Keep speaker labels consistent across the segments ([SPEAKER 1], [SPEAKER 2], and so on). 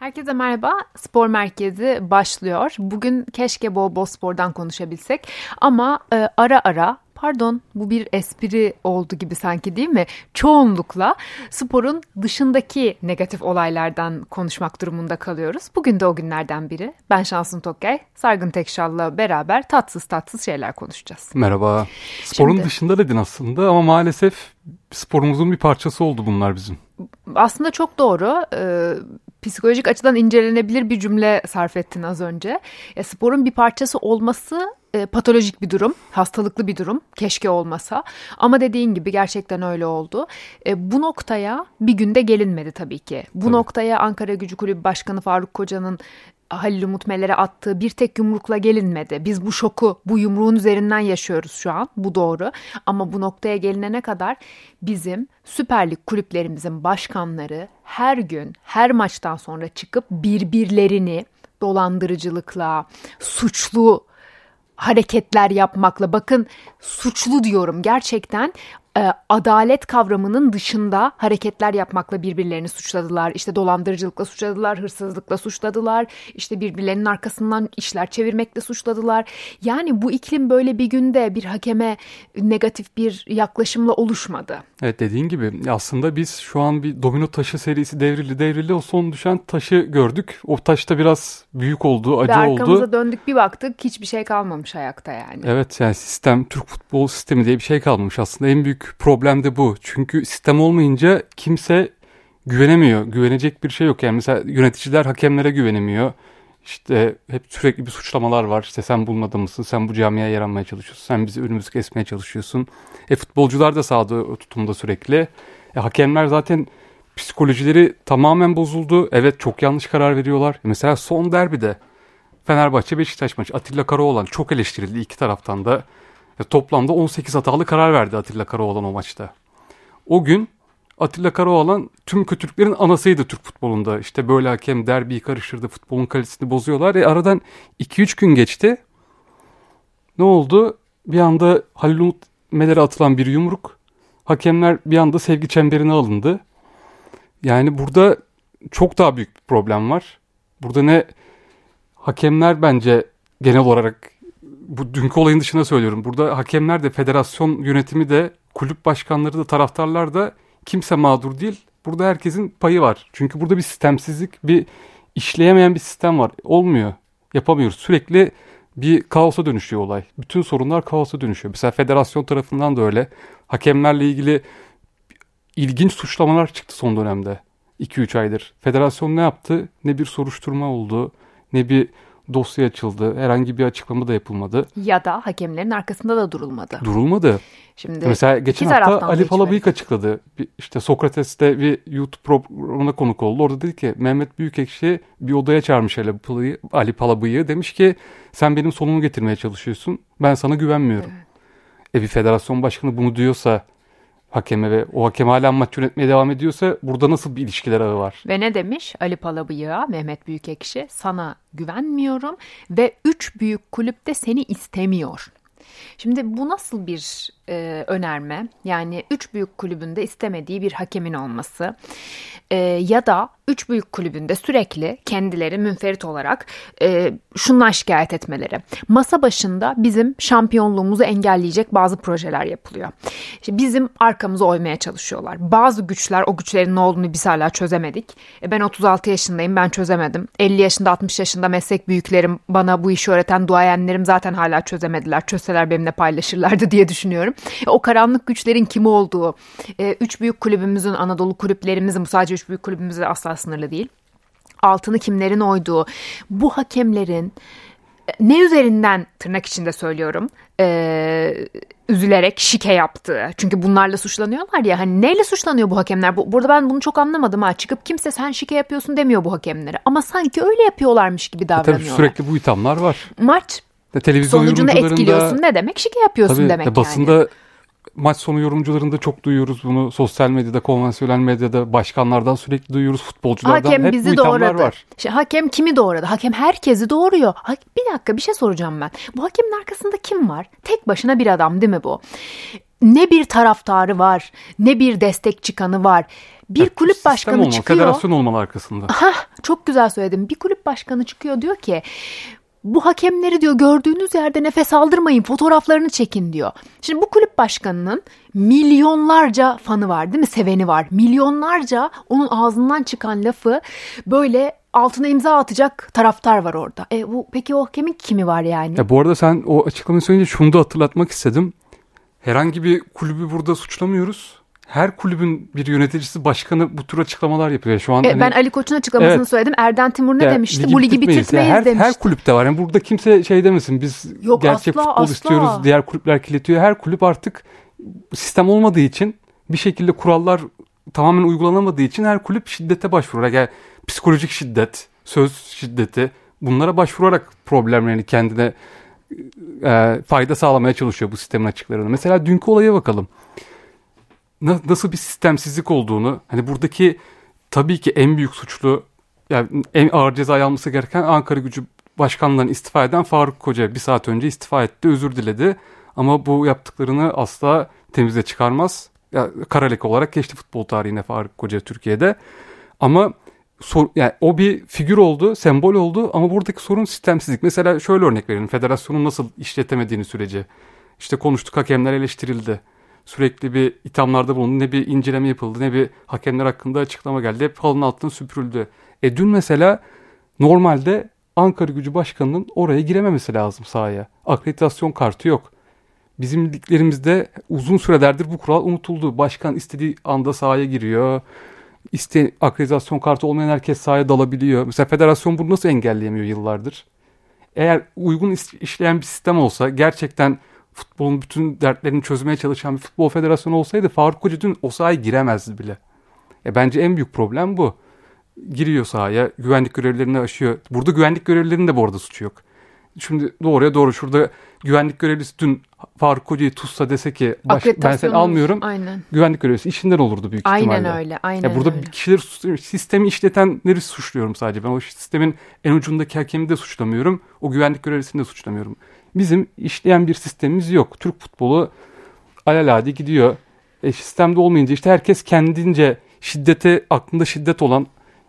[SPEAKER 1] Herkese merhaba. Spor Merkezi başlıyor. Bugün keşke bol bol spordan konuşabilsek ama ara ara, pardon bu bir espri oldu gibi sanki değil mi? Çoğunlukla sporun dışındaki negatif olaylardan konuşmak durumunda kalıyoruz. Bugün de o günlerden biri. Ben Şansın Tokkay, Sargın Tekşal'la beraber tatsız şeyler konuşacağız.
[SPEAKER 2] Merhaba. Sporun dışında dedin aslında ama maalesef sporumuzun bir parçası oldu bunlar bizim.
[SPEAKER 1] Aslında çok doğru. Psikolojik açıdan incelenebilir bir cümle sarf ettin az önce. Sporun bir parçası olması patolojik bir durum, hastalıklı bir durum. Keşke olmasa. Ama dediğin gibi gerçekten öyle oldu. Bu noktaya bir günde gelinmedi tabii ki. Bu noktaya Ankara Gücü Kulübü Başkanı Faruk Koca'nın Halil Umut Meler'e attığı bir tek yumrukla gelinmedi. Biz bu şoku, bu yumruğun üzerinden yaşıyoruz şu an. Bu doğru. Ama bu noktaya gelinene kadar bizim Süper Lig kulüplerimizin başkanları her gün, her maçtan sonra çıkıp birbirlerini dolandırıcılıkla, suçlu hareketler yapmakla, bakın suçlu diyorum gerçekten, adalet kavramının dışında hareketler yapmakla birbirlerini suçladılar. İşte dolandırıcılıkla suçladılar, hırsızlıkla suçladılar, işte birbirlerinin arkasından işler çevirmekle suçladılar. Yani bu iklim böyle bir günde bir hakeme negatif bir yaklaşımla oluşmadı.
[SPEAKER 2] Evet, dediğin gibi aslında biz şu an bir domino taşı serisi devrildi o son düşen taşı gördük. O taş da biraz büyük oldu, acı oldu.
[SPEAKER 1] Ve arkamıza döndük bir baktık hiçbir şey kalmamış ayakta yani.
[SPEAKER 2] Evet, yani sistem, Türk futbol sistemi diye bir şey kalmamış aslında. En büyük problem de bu. Çünkü sistem olmayınca kimse güvenemiyor. Güvenecek bir şey yok. Yani mesela yöneticiler hakemlere güvenemiyor. İşte hep sürekli bir suçlamalar var. İşte sen bunun adamısın, sen bu camiaya yaranmaya çalışıyorsun, sen bizi önümüzü kesmeye çalışıyorsun. Futbolcular da sahada o tutumda sürekli. Hakemler zaten psikolojileri tamamen bozuldu. Evet, çok yanlış karar veriyorlar. Mesela son derbide Fenerbahçe-Beşiktaş maçı Atilla Karaoğlan çok eleştirildi iki taraftan da. Toplamda 18 hatalı karar verdi Atilla Karaoğlan o maçta. O gün Atilla Karaoğlan tüm kötülüklerin anasıydı Türk futbolunda. İşte böyle hakem derbiyi karıştırdı, futbolun kalitesini bozuyorlar. Aradan 2-3 gün geçti. Ne oldu? Bir anda Halil Umut Meler'e atılan bir yumruk. Hakemler bir anda sevgi çemberine alındı. Yani burada çok daha büyük bir problem var. Burada ne hakemler, bence genel olarak bu dünkü olayın dışında söylüyorum. Burada hakemler de, federasyon yönetimi de, kulüp başkanları da, taraftarlar da, kimse mağdur değil. Burada herkesin payı var. Çünkü burada bir sistemsizlik, bir işleyemeyen bir sistem var. Olmuyor. Yapamıyoruz. Sürekli bir kaosa dönüşüyor olay. Bütün sorunlar kaosa dönüşüyor. Mesela federasyon tarafından da öyle. Hakemlerle ilgili ilginç suçlamalar çıktı son dönemde. 2-3 aydır. Federasyon ne yaptı? Ne bir soruşturma oldu, ne bir dosya açıldı. Herhangi bir açıklama da yapılmadı.
[SPEAKER 1] Ya da hakemlerin arkasında da durulmadı.
[SPEAKER 2] Durulmadı.
[SPEAKER 1] Şimdi
[SPEAKER 2] mesela geçen hafta Ali Palabıyık açıkladı. İşte Sokrates'te bir YouTube programına konuk oldu. Orada dedi ki Mehmet Büyükekşi bir odaya çağırmış Ali Palabıyık'ı. Demiş ki sen benim sonumu getirmeye çalışıyorsun. Ben sana güvenmiyorum. Evet. Bir federasyon başkanı bunu diyorsa hakeme ve o hakem hala maç yönetmeye devam ediyorsa burada nasıl bir ilişkiler ağı var?
[SPEAKER 1] Ve ne demiş Ali Palabıyık'a Mehmet Büyükekşi? Sana güvenmiyorum ve 3 büyük kulüp de seni istemiyor. Şimdi bu nasıl bir önerme? Yani 3 büyük kulübünde istemediği bir hakemin olması ya da 3 büyük kulübünde sürekli kendileri münferit olarak şundan şikayet etmeleri. Masa başında bizim şampiyonluğumuzu engelleyecek bazı projeler yapılıyor. İşte bizim arkamıza oymaya çalışıyorlar. Bazı güçler, o güçlerin ne olduğunu biz hala çözemedik. Ben 36 yaşındayım, ben çözemedim. 50 yaşında, 60 yaşında meslek büyüklerim, bana bu işi öğreten duayenlerim zaten hala çözemediler. Çözseler benimle paylaşırlardı diye düşünüyorum. O karanlık güçlerin kim olduğu, 3 büyük kulübümüzün, Anadolu kulüplerimizin, bu sadece 3 büyük kulübümüzle asla sınırlı değil, altını kimlerin oyduğu, bu hakemlerin ne üzerinden, tırnak içinde söylüyorum, üzülerek şike yaptığı. Çünkü bunlarla suçlanıyorlar ya, hani neyle suçlanıyor bu hakemler? Burada ben bunu çok anlamadım ha. Çıkıp kimse sen şike yapıyorsun demiyor bu hakemlere. Ama sanki öyle yapıyorlarmış gibi davranıyorlar.
[SPEAKER 2] Tabii sürekli bu ithamlar var.
[SPEAKER 1] Maç
[SPEAKER 2] televizyon
[SPEAKER 1] sonucunu etkiliyorsun ne demek? Şike yapıyorsun
[SPEAKER 2] tabii,
[SPEAKER 1] demek
[SPEAKER 2] basında,
[SPEAKER 1] yani.
[SPEAKER 2] Maç sonu yorumcularında çok duyuyoruz bunu. Sosyal medyada, konvansiyonel medyada, başkanlardan sürekli duyuyoruz, futbolculardan.
[SPEAKER 1] Hakem
[SPEAKER 2] hep
[SPEAKER 1] bizi
[SPEAKER 2] bu ithamlar
[SPEAKER 1] doğradı.
[SPEAKER 2] var.
[SPEAKER 1] Hakem kimi doğradı? Hakem herkesi doğuruyor. Bir dakika, bir şey soracağım ben. Bu hakemin arkasında kim var? Tek başına bir adam değil mi bu? Ne bir taraftarı var, ne bir destek çıkanı var. Bir kulüp başkanı
[SPEAKER 2] olmalı,
[SPEAKER 1] çıkıyor.
[SPEAKER 2] Federasyon olmalı arkasında.
[SPEAKER 1] Çok güzel söyledim. Bir kulüp başkanı çıkıyor, diyor ki bu hakemleri diyor gördüğünüz yerde nefes aldırmayın, fotoğraflarını çekin diyor. Şimdi bu kulüp başkanının milyonlarca fanı var değil mi? Seveni var. Milyonlarca onun ağzından çıkan lafı böyle altına imza atacak taraftar var orada. Peki o hakemin kimi var yani?
[SPEAKER 2] Ya bu arada sen o açıklamayı söyleyince şunu da hatırlatmak istedim. Herhangi bir kulübü burada suçlamıyoruz. Her kulübün bir yöneticisi, başkanı bu tür açıklamalar yapıyor. Şu an
[SPEAKER 1] ben Ali Koç'un açıklamasını söyledim. Erden Timur ne demişti? Bu ligi bitirtmeyiz demişti.
[SPEAKER 2] Her kulüpte var. Yani burada kimse şey demesin. Biz gerçek futbol istiyoruz. Diğer kulüpler kirletiyor. Her kulüp artık sistem olmadığı için, bir şekilde kurallar tamamen uygulanamadığı için her kulüp şiddete başvurarak, yani psikolojik şiddet, söz şiddeti, bunlara başvurarak problemlerini kendine fayda sağlamaya çalışıyor bu sistemin açıklarını. Mesela dünkü olaya bakalım. Nasıl bir sistemsizlik olduğunu, hani buradaki tabii ki en büyük suçlu, yani en ağır ceza alması gereken Ankaragücü Başkanlığı'ndan istifa eden Faruk Koca bir saat önce istifa etti, özür diledi. Ama bu yaptıklarını asla temize çıkarmaz. Kara leke olarak geçti futbol tarihine Faruk Koca Türkiye'de. Ama yani o bir figür oldu, sembol oldu ama buradaki sorun sistemsizlik. Mesela şöyle örnek verelim. Federasyonun nasıl işletemediğini süreci. İşte konuştuk, hakemler eleştirildi. Sürekli bir ithamlarda bulundu. Ne bir inceleme yapıldı, ne bir hakemler hakkında açıklama geldi. Hep halının altına süpürüldü. Dün mesela normalde Ankaragücü Başkanı'nın oraya girememesi lazım sahaya. Akreditasyon kartı yok. Bizim liglerimizde uzun sürelerdir bu kural unutuldu. Başkan istediği anda sahaya giriyor. Akreditasyon kartı olmayan herkes sahaya dalabiliyor. Mesela federasyon bunu nasıl engelleyemiyor yıllardır? Eğer uygun işleyen bir sistem olsa, gerçekten futbolun bütün dertlerini çözmeye çalışan bir futbol federasyonu olsaydı Faruk Koca dün o sahaya giremezdi bile. Bence en büyük problem bu. Giriyor sahaya, güvenlik görevlilerini aşıyor. Burada güvenlik görevlilerinin de bu arada suçu yok. Şimdi doğruya doğru şurada güvenlik görevlisi dün Faruk Koca'yı tutsa, dese ki ben seni almıyorum. Aynen. Güvenlik görevlisi işinden olurdu büyük ihtimalle.
[SPEAKER 1] Aynen öyle.
[SPEAKER 2] Burada
[SPEAKER 1] öyle.
[SPEAKER 2] Kişileri, sistemi işletenleri suçluyorum sadece. Ben o sistemin en ucundaki hakemi de suçlamıyorum. O güvenlik görevlisini de suçlamıyorum. Bizim işleyen bir sistemimiz yok. Türk futbolu alelade gidiyor. Sistemde olmayınca işte herkes kendince aklında şiddet olan,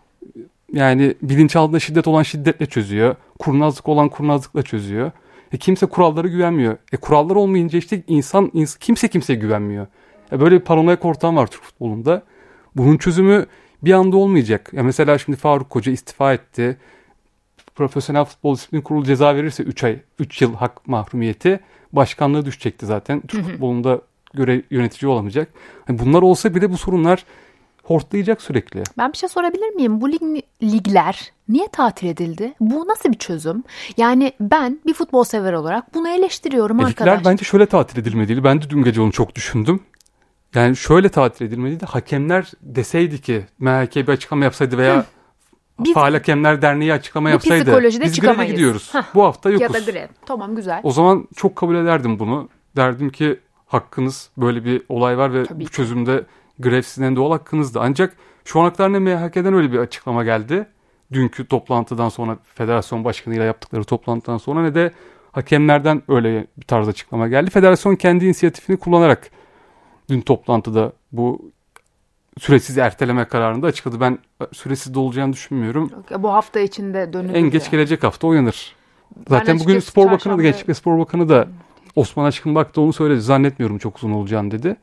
[SPEAKER 2] yani bilinçaltında şiddet olan şiddetle çözüyor. Kurnazlık olan kurnazlıkla çözüyor. Kimse kurallara güvenmiyor. Kurallar olmayınca işte kimse kimseye güvenmiyor. Böyle bir paranoyak ortam var Türk futbolunda. Bunun çözümü bir anda olmayacak. Mesela şimdi Faruk Koca istifa etti. Profesyonel Futbol Disiplin Kurulu ceza verirse 3 yıl hak mahrumiyeti, başkanlığı düşecekti zaten. Türk futbolunda yönetici olamayacak. Bunlar olsa bile bu sorunlar hortlayacak sürekli.
[SPEAKER 1] Ben bir şey sorabilir miyim? Bu ligler niye tatil edildi? Bu nasıl bir çözüm? Yani ben bir futbol sever olarak bunu eleştiriyorum arkadaşlar.
[SPEAKER 2] Ligler bence şöyle tatil edilmeliydi. Ben de dün gece onu çok düşündüm. Yani şöyle tatil edilmeliydi. Hakemler deseydi ki, MHK bir açıklama yapsaydı veya Faal Hakemler Derneği açıklama yapsaydı, biz greve gidiyoruz. Bu hafta yokuz.
[SPEAKER 1] Ya da grev. Tamam, güzel.
[SPEAKER 2] O zaman çok kabul ederdim bunu. Derdim ki hakkınız, böyle bir olay var ve bu çözümde grev sizin en doğal hakkınızdı. Ancak şu ana kadar ne MHK'den öyle bir açıklama geldi, dünkü toplantıdan sonra, federasyon başkanıyla yaptıkları toplantıdan sonra, ne de hakemlerden öyle bir tarz açıklama geldi. Federasyon kendi inisiyatifini kullanarak dün toplantıda bu süresiz erteleme kararını da açıkladı. Ben süresiz de olacağını düşünmüyorum.
[SPEAKER 1] Bu hafta içinde dönülür.
[SPEAKER 2] En geç gelecek hafta uyanır. Zaten bugün Spor Bakanı da, Gençlik ve Spor Bakanı da Osman Aşkın baktı, onu söyledi. Zannetmiyorum çok uzun olacağını dedi.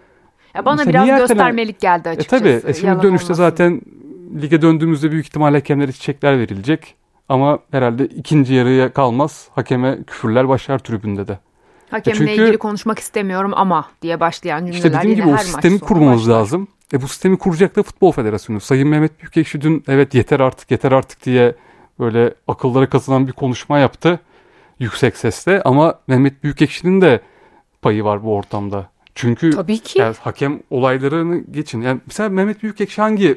[SPEAKER 1] Bana mesela biraz göstermelik geldi açıkçası.
[SPEAKER 2] Tabii. Şimdi dönüşte zaten lige döndüğümüzde büyük ihtimalle hakemlere çiçekler verilecek. Ama herhalde ikinci yarıya kalmaz, hakeme küfürler başlar tribünde de.
[SPEAKER 1] Hakemle ilgili konuşmak istemiyorum ama diye başlayan cümleler
[SPEAKER 2] işte dediğim gibi o sistemi kurmamız lazım. Bu sistemi kuracak da Futbol Federasyonu. Sayın Mehmet Büyükekşi dün yeter artık diye böyle akıllara kazınan bir konuşma yaptı yüksek sesle, ama Mehmet Büyükekşi'nin de payı var bu ortamda. Çünkü
[SPEAKER 1] tabii ki.
[SPEAKER 2] Hakem olaylarını geçin. Yani mesela Mehmet Büyükekşi hangi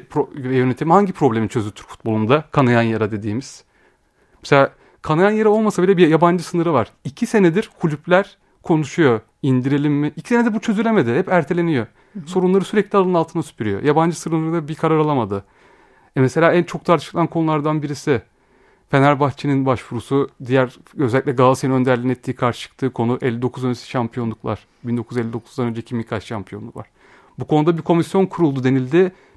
[SPEAKER 2] problemi çözdü Türk futbolunda? Kanayan yara dediğimiz. Mesela kanayan yara olmasa bile bir yabancı sınırı var. 2 senedir kulüpler konuşuyor. İndirelim mi? 2 senedir bu çözülemedi. Hep erteleniyor. Sorunları sürekli alın altına süpürüyor. Yabancı sınırında bir karar alamadı. Mesela en çok tartışılan konulardan birisi Fenerbahçe'nin başvurusu, diğer özellikle Galatasaray'ın önderliğini ettiği, karşı çıktığı konu 59 öncesi şampiyonluklar. 1959'dan önce kimin kaç şampiyonluğu var. Bu konuda bir komisyon kuruldu denildi.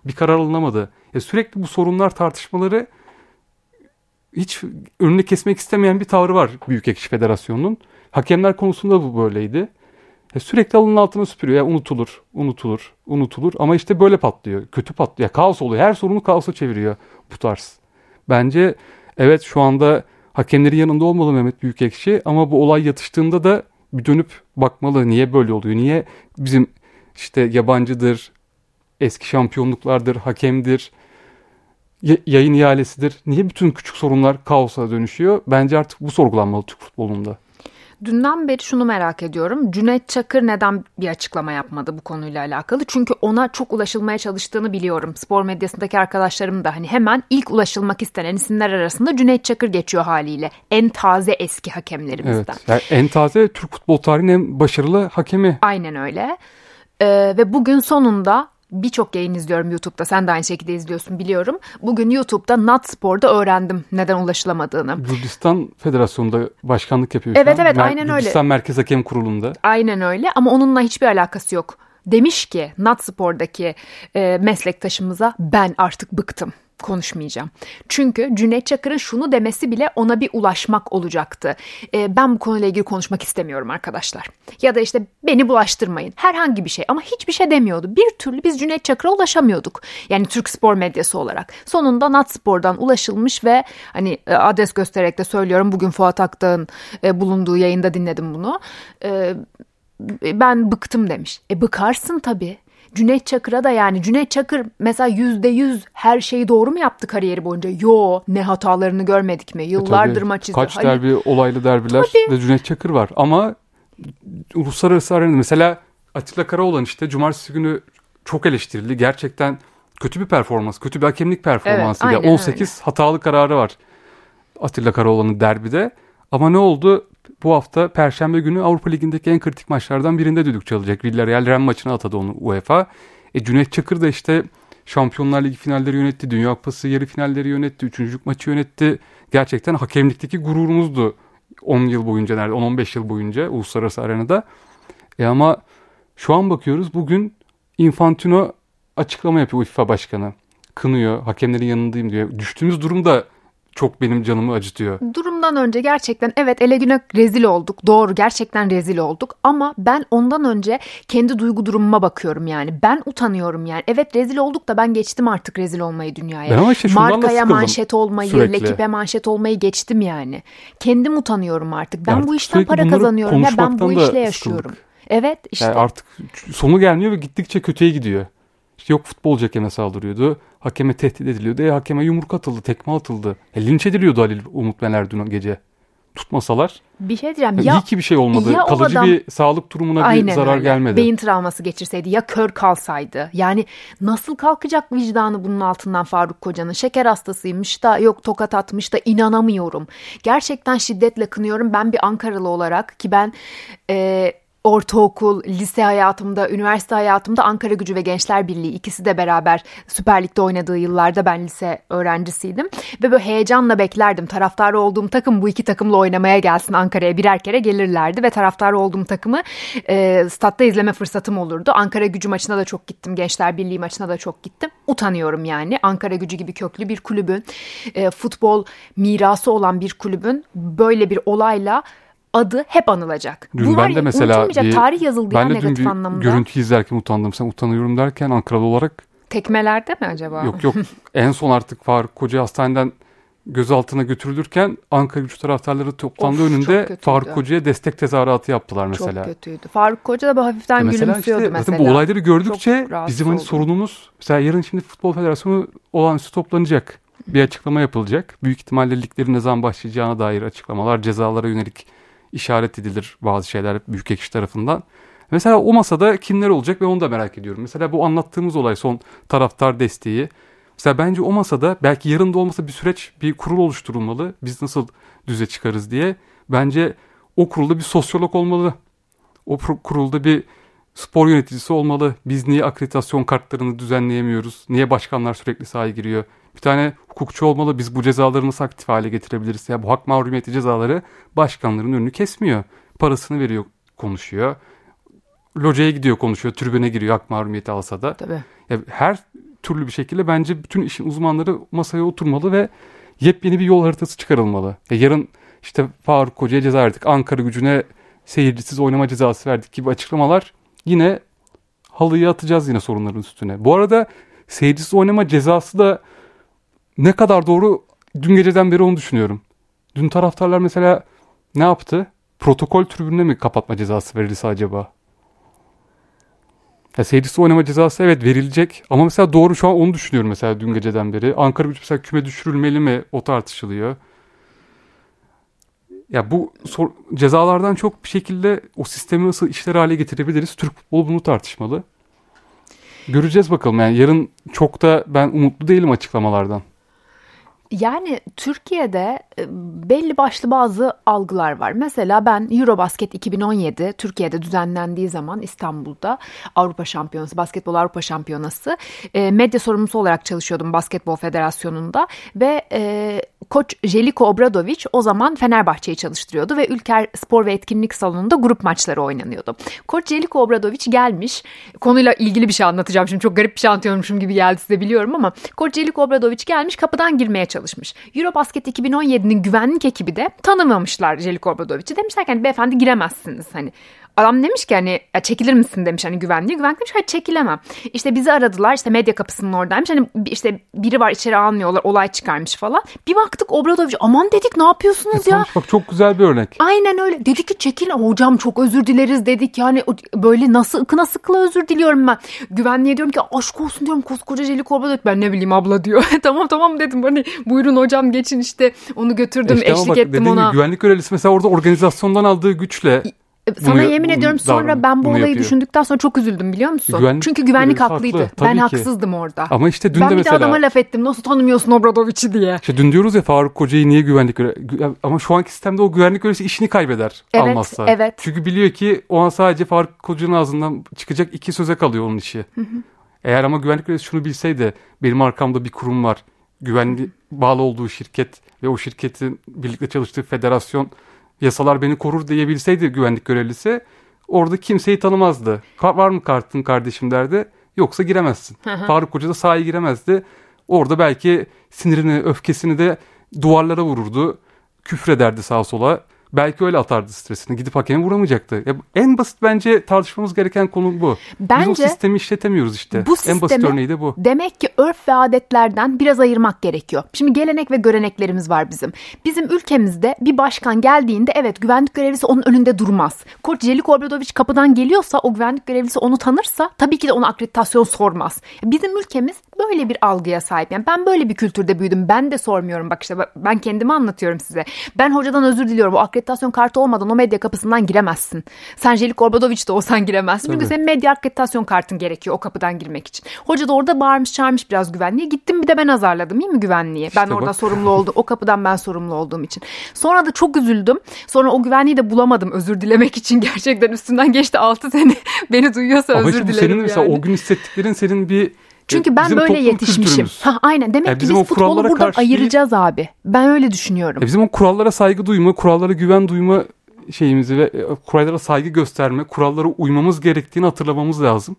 [SPEAKER 2] Bir karar alınamadı. Sürekli bu sorunlar, tartışmaları, hiç önünü kesmek istemeyen bir tavrı var Büyükekşi Federasyonu'nun. Hakemler konusunda bu böyleydi. Sürekli alının altına süpürüyor. Unutulur. Ama işte böyle patlıyor. Kötü patlıyor. Kaos oluyor. Her sorunu kaosa çeviriyor bu tarz. Bence evet, şu anda hakemlerin yanında olmalı Mehmet Büyükekşi, ama bu olay yatıştığında da bir dönüp bakmalı. Niye böyle oluyor? Niye bizim işte yabancıdır, eski şampiyonluklardır, hakemdir, yayın ihalesidir. Niye bütün küçük sorunlar kaosa dönüşüyor? Bence artık bu sorgulanmalı Türk futbolunda.
[SPEAKER 1] Dünden beri şunu merak ediyorum. Cüneyt Çakır neden bir açıklama yapmadı bu konuyla alakalı? Çünkü ona çok ulaşılmaya çalıştığını biliyorum. Spor medyasındaki arkadaşlarım da hani hemen ilk ulaşılmak istenen isimler arasında Cüneyt Çakır geçiyor haliyle. En taze eski hakemlerimizden.
[SPEAKER 2] Evet, yani en taze, Türk futbol tarihinin en başarılı hakemi.
[SPEAKER 1] Aynen öyle. Ve bugün sonunda birçok yayın izliyorum YouTube'da. Sen de aynı şekilde izliyorsun biliyorum. Bugün YouTube'da Natspor'da öğrendim neden ulaşılamadığını.
[SPEAKER 2] Gürcistan Federasyonu'nda başkanlık yapıyor.
[SPEAKER 1] Evet aynen öyle.
[SPEAKER 2] Gürcistan Merkez Hakem Kurulu'nda.
[SPEAKER 1] Aynen öyle, ama onunla hiçbir alakası yok. Demiş ki Natspor'daki meslektaşımıza, ben artık bıktım. Konuşmayacağım. Çünkü Cüneyt Çakır'ın şunu demesi bile ona bir ulaşmak olacaktı. Ben bu konuyla ilgili konuşmak istemiyorum arkadaşlar. Ya da işte beni bulaştırmayın. Herhangi bir şey, ama hiçbir şey demiyordu. Bir türlü biz Cüneyt Çakır'a ulaşamıyorduk. Yani Türk spor medyası olarak. Sonunda Natspor'dan ulaşılmış ve hani adres göstererek de söylüyorum. Bugün Fuat Aktağ'ın bulunduğu yayında dinledim bunu. Ben bıktım demiş. Bıkarsın tabii. Cüneyt Çakır'a da, yani Cüneyt Çakır mesela %100 her şeyi doğru mu yaptı kariyeri boyunca? Yo, ne hatalarını görmedik mi? Yıllardır maç izliyor.
[SPEAKER 2] Kaç derbi, olaylı derbiler de Cüneyt Çakır var. Ama uluslararası arenada mesela Atilla Karaoğlan işte cumartesi günü çok eleştirildi. Gerçekten kötü bir performans, kötü bir hakemlik performansı.
[SPEAKER 1] Evet,
[SPEAKER 2] 18 öyle. Hatalı kararı var Atilla Karaoğlan'ın derbide. Ama ne oldu? Bu hafta Perşembe günü Avrupa Ligi'ndeki en kritik maçlardan birinde düdük çalacak. Villarreal Rennes maçına atadı onu UEFA. Cüneyt Çakır da işte Şampiyonlar Ligi finalleri yönetti. Dünya Kupası yarı finalleri yönetti. Üçüncülük maçı yönetti. Gerçekten hakemlikteki gururumuzdu. 10 yıl boyunca, 10-15 yıl boyunca uluslararası arenada. Ama şu an bakıyoruz, bugün Infantino açıklama yapıyor, UEFA Başkanı. Kınıyor, hakemlerin yanındayım diyor. Düştüğümüz durumda çok benim canımı acıtıyor.
[SPEAKER 1] Durumdan önce gerçekten evet ele güne rezil olduk. Doğru, gerçekten rezil olduk. Ama ben ondan önce kendi duygu durumuma bakıyorum yani. Ben utanıyorum yani. Evet rezil olduk da ben geçtim artık rezil olmayı dünyaya.
[SPEAKER 2] Ben ama işte
[SPEAKER 1] Markaya manşet olmayı,
[SPEAKER 2] sürekli.
[SPEAKER 1] L'Equipe manşet olmayı geçtim yani. Kendim utanıyorum artık. Ben
[SPEAKER 2] artık
[SPEAKER 1] bu işten para kazanıyorum ya, ben bu işle yaşıyorum.
[SPEAKER 2] Sıkıldık.
[SPEAKER 1] Evet işte.
[SPEAKER 2] Yani artık sonu gelmiyor ve gittikçe kötüye gidiyor. İşte yok futbolcu hakeme saldırıyordu. Hakeme tehdit ediliyordu. Hakeme yumruk atıldı, tekme atıldı. Linç ediliyordu Halil Umut Meler dün gece. Tutmasalar.
[SPEAKER 1] Bir şey diyeceğim.
[SPEAKER 2] İyi ki bir şey olmadı. Kalıcı bir sağlık durumuna bir zarar
[SPEAKER 1] öyle.
[SPEAKER 2] Gelmedi.
[SPEAKER 1] Beyin travması geçirseydi, ya kör kalsaydı. Yani nasıl kalkacak vicdanı bunun altından Faruk Koca'nın? Şeker hastasıymış da, yok tokat atmış da, inanamıyorum. Gerçekten şiddetle kınıyorum. Ben bir Ankaralı olarak, ki ben ortaokul, lise hayatımda, üniversite hayatımda Ankaragücü ve Gençler Birliği, ikisi de beraber Süper Lig'de oynadığı yıllarda ben lise öğrencisiydim. Ve böyle heyecanla beklerdim. Taraftarı olduğum takım bu iki takımla oynamaya gelsin Ankara'ya, birer kere gelirlerdi. Ve taraftarı olduğum takımı statta izleme fırsatım olurdu. Ankaragücü maçına da çok gittim. Gençler Birliği maçına da çok gittim. Utanıyorum yani. Ankaragücü gibi köklü bir kulübün, futbol mirası olan bir kulübün böyle bir olayla adı hep anılacak.
[SPEAKER 2] Dün bu ben de mesela
[SPEAKER 1] tarih yazıldı ya negatif anlamda.
[SPEAKER 2] Ben de dün bir görüntü izlerken utandım. Sen utanıyorum derken Ankaralı olarak.
[SPEAKER 1] Tekmelerde mi acaba?
[SPEAKER 2] Yok. En son artık Faruk Koca hastaneden gözaltına götürülürken Ankaragücü taraftarları toplandığı önünde Faruk Koca'ya destek tezahüratı yaptılar mesela.
[SPEAKER 1] Çok kötüydü. Faruk Koca da bu hafiften gülümsüyordu mesela.
[SPEAKER 2] Zaten bu olayları gördükçe bizim hani sorunumuz, mesela yarın şimdi Futbol Federasyonu olağanüstü toplanacak. Bir açıklama yapılacak. Büyük ihtimalle liglerin ne zaman başlayacağına dair açıklamalar, cezalara yönelik işaret edilir bazı şeyler Büyükekşi tarafından. Mesela o masada kimler olacak ve onu da merak ediyorum. Mesela bu anlattığımız olay, son taraftar desteği. Mesela bence o masada belki yarın da olmasa bir süreç, bir kurul oluşturulmalı. Biz nasıl düze çıkarız diye. Bence o kurulda bir sosyolog olmalı. O kurulda bir spor yöneticisi olmalı. Biz niye akreditasyon kartlarını düzenleyemiyoruz? Niye başkanlar sürekli sahaya giriyor? Bir tane hukukçu olmalı. Biz bu cezaları nasıl aktif hale getirebiliriz? Ya bu hak mahrumiyeti cezaları başkanların önünü kesmiyor. Parasını veriyor, konuşuyor. Locaya gidiyor, konuşuyor. Tribüne giriyor hak mahrumiyeti alsa da.
[SPEAKER 1] Tabii.
[SPEAKER 2] Ya her türlü bir şekilde bence bütün işin uzmanları masaya oturmalı ve yepyeni bir yol haritası çıkarılmalı. Yarın işte Faruk Koca'ya ceza verdik, Ankara Gücü'ne seyircisiz oynama cezası verdik gibi açıklamalar yine halıyı atacağız yine sorunların üstüne. Bu arada seyircisiz oynama cezası da ne kadar doğru, dün geceden beri onu düşünüyorum. Dün taraftarlar mesela ne yaptı? Protokol tribününe mi kapatma cezası verilse acaba? Seyircisiz oynama cezası evet verilecek ama mesela doğru, şu an onu düşünüyorum mesela dün geceden beri. Ankara Gücü mesela küme düşürülmeli mi? O tartışılıyor. Ya bu cezalardan çok bir şekilde o sistemi nasıl işler hale getirebiliriz? Türk futbolu bunu tartışmalı. Göreceğiz bakalım. Yani yarın çok da ben umutlu değilim açıklamalardan.
[SPEAKER 1] Yani Türkiye'de belli başlı bazı algılar var. Mesela ben Eurobasket 2017 Türkiye'de düzenlendiği zaman İstanbul'da Avrupa Şampiyonası, Basketbol Avrupa Şampiyonası medya sorumlusu olarak çalışıyordum Basketbol Federasyonu'nda ve Koç Željko Obradović o zaman Fenerbahçe'yi çalıştırıyordu ve Ülker Spor ve Etkinlik Salonu'nda grup maçları oynanıyordu. Koç Željko Obradović gelmiş. Konuyla ilgili bir şey anlatacağım şimdi. Çok garip bir şey anlatıyormuşum gibi geldi size biliyorum ama Koç Željko Obradović gelmiş, kapıdan girmeye çalışmış. Eurobasket 2017'nin güvenlik ekibi de tanımamışlar Željko Obradović'i. Demişler ki hani beyefendi giremezsiniz hani. Adam demiş ki hani çekilir misin demiş hani güvenliğe. Güvenlik demiş hayır çekilemem. İşte bizi aradılar, işte medya kapısının oradaymış. Hani işte biri var, içeri almıyorlar, olay çıkarmış falan. Bir baktık Obradović, aman dedik ne yapıyorsunuz ya?
[SPEAKER 2] Bak çok güzel bir örnek.
[SPEAKER 1] Aynen öyle. Dedi ki çekilin hocam, çok özür dileriz dedik. Yani böyle nasıl ıkına sıkıla özür diliyorum ben. Güvenliğe diyorum ki aşk olsun diyorum, koskoca Željko Obradović. Ben ne bileyim abla diyor. Tamam dedim, hani buyurun hocam geçin, işte onu götürdüm, eşlik ettim ona.
[SPEAKER 2] Güvenlik görevlisi mesela orada organizasyondan aldığı güçle
[SPEAKER 1] sana yemin ediyorum sonra ben bu olayı düşündükten sonra çok üzüldüm biliyor musun? Çünkü güvenlik haklıydı. Ben haksızdım orada.
[SPEAKER 2] Ama işte dün
[SPEAKER 1] ben
[SPEAKER 2] de
[SPEAKER 1] bir
[SPEAKER 2] mesela...
[SPEAKER 1] de adama laf ettim. Nasıl tanımıyorsun Obradović'i diye.
[SPEAKER 2] İşte dün diyoruz ya Faruk Koca'yı niye güvenlik ama şu anki sistemde o güvenlik görevlisi işini kaybeder almazsa.
[SPEAKER 1] Evet.
[SPEAKER 2] Çünkü biliyor ki o an sadece Faruk Koca'nın ağzından çıkacak 2 söze kalıyor onun işi. Eğer ama güvenlik görevlisi şunu bilseydi, benim arkamda bir kurum var. Güvenli bağlı olduğu şirket ve o şirketin birlikte çalıştığı federasyon, yasalar beni korur diyebilseydi güvenlik görevlisi, orada kimseyi tanımazdı. Var mı kartın kardeşim derdi. Yoksa giremezsin. Faruk Koca da sahaya giremezdi. Orada belki sinirini, öfkesini de duvarlara vururdu. Küfrederdi sağa sola. Belki öyle atardı stresini. Gidip hakeme vuramayacaktı. En basit bence tartışmamız gereken konu bu. Biz o sistemi işletemiyoruz işte. En basit örneği de bu.
[SPEAKER 1] Demek ki örf ve adetlerden biraz ayırmak gerekiyor. Şimdi gelenek ve göreneklerimiz var bizim. Bizim ülkemizde bir başkan geldiğinde evet güvenlik görevlisi onun önünde durmaz. Koç Željko Obradović kapıdan geliyorsa, o güvenlik görevlisi onu tanırsa tabii ki de ona akreditasyon sormaz. Bizim ülkemiz böyle bir algıya sahip. Yani ben böyle bir kültürde büyüdüm. Ben de sormuyorum. Bak işte ben kendimi anlatıyorum size. Ben hocadan özür diliyorum. O akreditasyon kartı olmadan o medya kapısından giremezsin. Sen Željko Obradović de olsan giremezsin. Çünkü senin medya akreditasyon kartın gerekiyor o kapıdan girmek için. Hoca da orada bağırmış çağırmış biraz güvenliğe. Gittim bir de ben azarladım, değil mi güvenliği? Ben orada sorumlu oldum. O kapıdan ben sorumlu olduğum için. Sonra da çok üzüldüm. Sonra o güvenliği de bulamadım özür dilemek için. Gerçekten üstünden geçti 6 sene. Beni duyuyorsa özür dilerim
[SPEAKER 2] senin
[SPEAKER 1] yani.
[SPEAKER 2] Mesela o gün hissettiklerin senin bir...
[SPEAKER 1] Çünkü ben böyle yetişmişim. Aynen. Demek ki biz futbolu buradan ayıracağız abi. Ben öyle düşünüyorum.
[SPEAKER 2] Bizim o kurallara saygı duyma, kurallara güven duyma şeyimizi ve kurallara saygı gösterme, kurallara uymamız gerektiğini hatırlamamız lazım.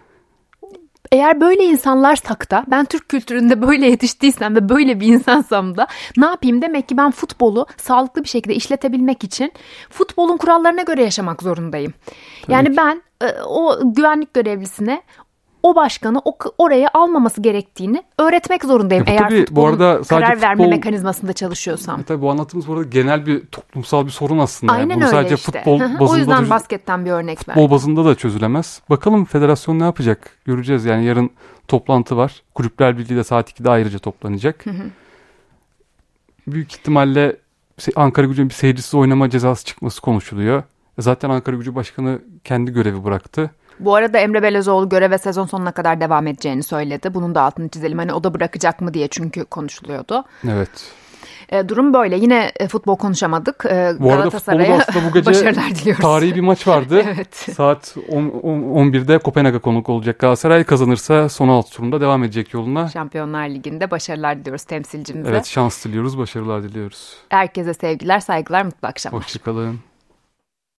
[SPEAKER 1] Eğer böyle insanlarsak da, ben Türk kültüründe böyle yetiştiysem ve böyle bir insansam da ne yapayım? Demek ki ben futbolu sağlıklı bir şekilde işletebilmek için futbolun kurallarına göre yaşamak zorundayım. Yani ben o güvenlik görevlisine o başkanı oraya almaması gerektiğini öğretmek zorundayım. Eğer futbolun karar verme mekanizmasında çalışıyorsam.
[SPEAKER 2] Tabii bu anlattığımız bu arada genel bir toplumsal bir sorun aslında.
[SPEAKER 1] Aynen
[SPEAKER 2] yani. Bunu
[SPEAKER 1] öyle
[SPEAKER 2] sadece
[SPEAKER 1] işte.
[SPEAKER 2] Futbol bazında
[SPEAKER 1] o yüzden basketten bir örnek
[SPEAKER 2] futbol
[SPEAKER 1] verdim.
[SPEAKER 2] Bazında da çözülemez. Bakalım federasyon ne yapacak? Göreceğiz yani, yarın toplantı var. Kulüpler Birliği de saat 2'de ayrıca toplanacak. Büyük ihtimalle Ankara Gücü'nün bir seyircisiz oynama cezası çıkması konuşuluyor. Zaten Ankara Gücü Başkanı kendi görevi bıraktı.
[SPEAKER 1] Bu arada Emre Belözoğlu göreve sezon sonuna kadar devam edeceğini söyledi. Bunun da altını çizelim. Hani o da bırakacak mı diye çünkü konuşuluyordu.
[SPEAKER 2] Evet.
[SPEAKER 1] Durum böyle. Yine futbol konuşamadık.
[SPEAKER 2] Bu arada futbolda aslında bu gece
[SPEAKER 1] başarılar diliyoruz.
[SPEAKER 2] Tarihi bir maç vardı.
[SPEAKER 1] Evet.
[SPEAKER 2] Saat 11'de Kopenhag'a konuk olacak. Galatasaray kazanırsa son 6 turunda devam edecek yoluna.
[SPEAKER 1] Şampiyonlar Ligi'nde başarılar diliyoruz temsilcimize.
[SPEAKER 2] Evet, şans diliyoruz, başarılar diliyoruz.
[SPEAKER 1] Herkese sevgiler, saygılar, mutlu akşamlar.
[SPEAKER 2] Hoşçakalın.